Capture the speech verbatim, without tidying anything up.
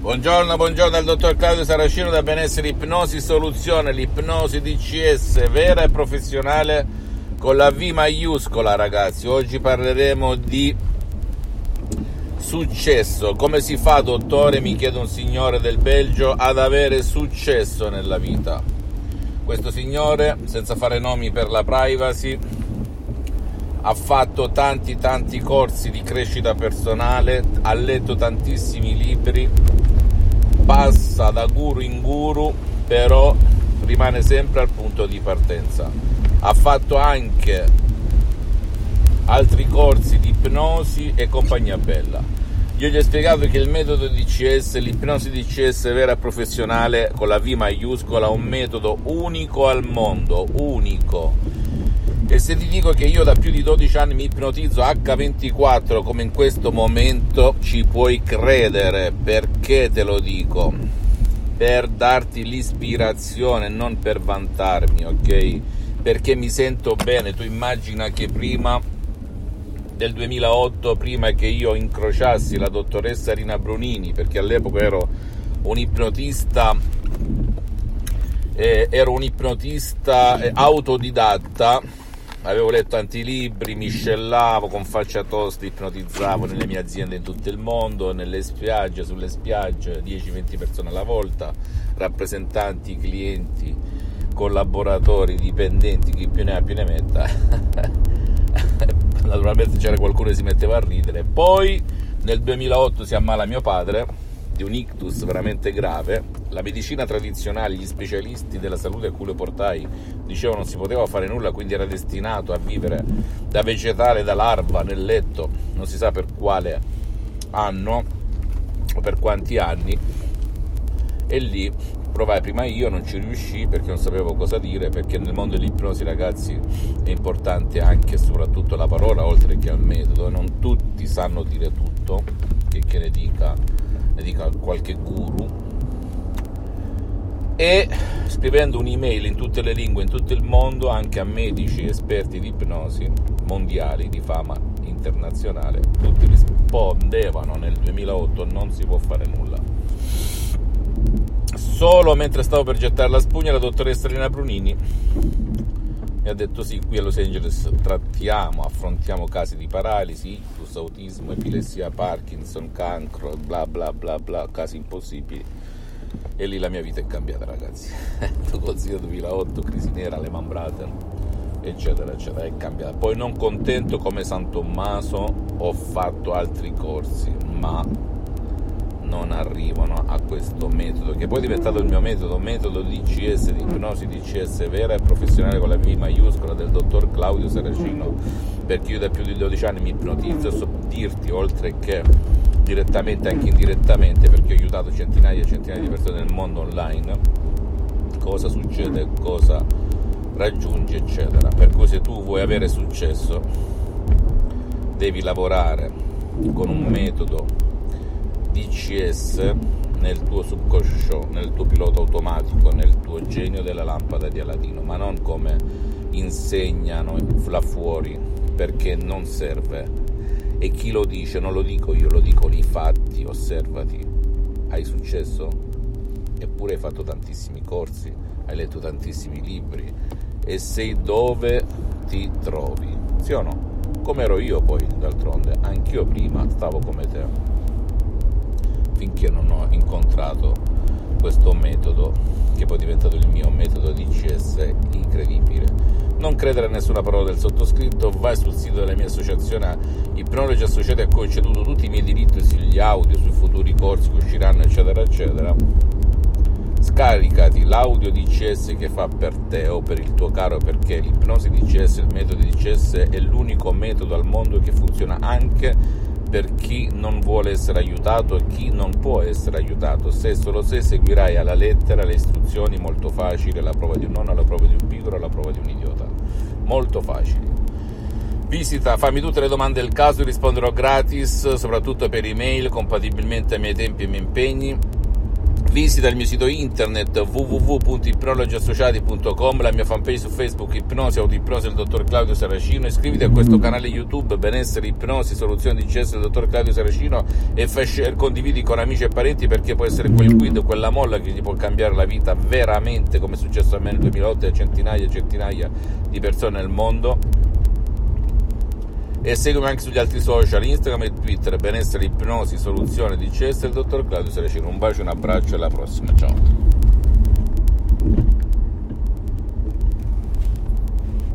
Buongiorno, buongiorno dal dottor Claudio Saracino da Benessere Ipnosi Soluzione, l'ipnosi D C S vera e professionale con la V maiuscola, ragazzi. Oggi parleremo di successo. Come si fa, dottore, mi chiede un signore del Belgio, ad avere successo nella vita? Questo signore, senza fare nomi per la privacy, ha fatto tanti tanti corsi di crescita personale, ha letto tantissimi libri, passa da guru in guru, però rimane sempre al punto di partenza. Ha fatto anche altri corsi di ipnosi e compagnia bella. Io gli ho spiegato che il metodo D C S, l'ipnosi D C S vera e professionale con la V maiuscola, è un metodo unico al mondo, unico. E se ti dico che io da più di dodici anni mi ipnotizzo acca ventiquattro come in questo momento, ci puoi credere. Perché te lo dico? Per darti l'ispirazione, non per vantarmi, ok? Perché mi sento bene. Tu immagina che prima del duemilaotto, prima che io incrociassi la dottoressa Rina Brunini, perché all'epoca ero un ipnotista eh, ero un ipnotista eh, autodidatta. Avevo letto tanti libri, mi scellavo con faccia tosta, ipnotizzavo nelle mie aziende in tutto il mondo, nelle spiagge, sulle spiagge, dieci venti persone alla volta, rappresentanti, clienti, collaboratori, dipendenti, chi più ne ha più ne metta. Naturalmente c'era qualcuno che si metteva a ridere. Poi nel duemilaotto si ammala mio padre di un ictus veramente grave. La medicina tradizionale, gli specialisti della salute a cui lo portai dicevano non si poteva fare nulla, quindi era destinato a vivere da vegetale, da larva nel letto, non si sa per quale anno o per quanti anni. E lì provai prima io, non ci riuscii perché non sapevo cosa dire, perché nel mondo dell'ipnosi, ragazzi, è importante anche e soprattutto la parola oltre che al metodo. Non tutti sanno dire tutto, che, che ne dica ne dica qualche guru. E scrivendo un'email in tutte le lingue, in tutto il mondo, anche a medici esperti di ipnosi mondiali di fama internazionale, tutti rispondevano nel duemilaotto non si può fare nulla. Solo mentre stavo per gettare la spugna, la dottoressa Rina Brunini mi ha detto sì, qui a Los Angeles trattiamo, affrontiamo casi di paralisi, ictus, autismo, epilessia, Parkinson, cancro, bla bla bla bla, casi impossibili. E lì la mia vita è cambiata, ragazzi. Tu consideri duemilaotto, crisi nera, Lehman Brothers, eccetera eccetera, è cambiata. Poi, non contento come San Tommaso, ho fatto altri corsi, ma non arrivano a questo metodo, che poi è diventato il mio metodo, metodo D C S, di ipnosi D C S vera e professionale con la V maiuscola del dottor Claudio Saracino, perché io da più di dodici anni mi ipnotizzo e so dirti, oltre che direttamente anche indirettamente, perché ho aiutato centinaia e centinaia di persone nel mondo online, cosa succede, cosa raggiungi, eccetera. Per cui se tu vuoi avere successo devi lavorare con un metodo D C S nel tuo subconscio, nel tuo pilota automatico, nel tuo genio della lampada di Aladino, ma non come insegnano là fuori, perché non serve. E chi lo dice? Non lo dico io, lo dicono i fatti. Osservati. Hai successo? Eppure hai fatto tantissimi corsi, hai letto tantissimi libri e sei dove ti trovi, sì o no? Come ero io poi, d'altronde, anch'io prima stavo come te, finché non ho incontrato questo metodo, che poi è diventato il mio metodo D C S incredibile. Non credere a nessuna parola del sottoscritto, vai sul sito della mia associazione Ipnologi Associati, a cui ho ceduto tutti i miei diritti sugli audio, sui futuri corsi che usciranno, eccetera eccetera. Scaricati l'audio D C S che fa per te o per il tuo caro, perché l'ipnosi D C S, il metodo D C S è l'unico metodo al mondo che funziona anche per chi non vuole essere aiutato e chi non può essere aiutato, se solo se seguirai alla lettera le istruzioni molto facili, alla prova di un nonno, alla prova di un pigro, alla prova di un idiota, molto facili. Visita, fammi tutte le domande del caso, risponderò gratis, soprattutto per email, compatibilmente ai miei tempi e ai miei impegni. Visita il mio sito internet w w w punto ipnologi associati punto com, la mia fanpage su Facebook Ipnosi Autoipnosi del dottor Claudio Saracino. Iscriviti a questo canale YouTube Benessere Ipnosi Soluzioni di D C S del dottor Claudio Saracino e fai share, condividi con amici e parenti, perché può essere quel quid, quella molla che ti può cambiare la vita veramente, come è successo a me nel duemilaotto e a centinaia e centinaia di persone nel mondo. E seguimi anche sugli altri social, Instagram e Twitter, Benessere Ipnosi Soluzioni di D C S del dottor Claudio Saracino. Un bacio, un abbraccio e alla prossima, ciao.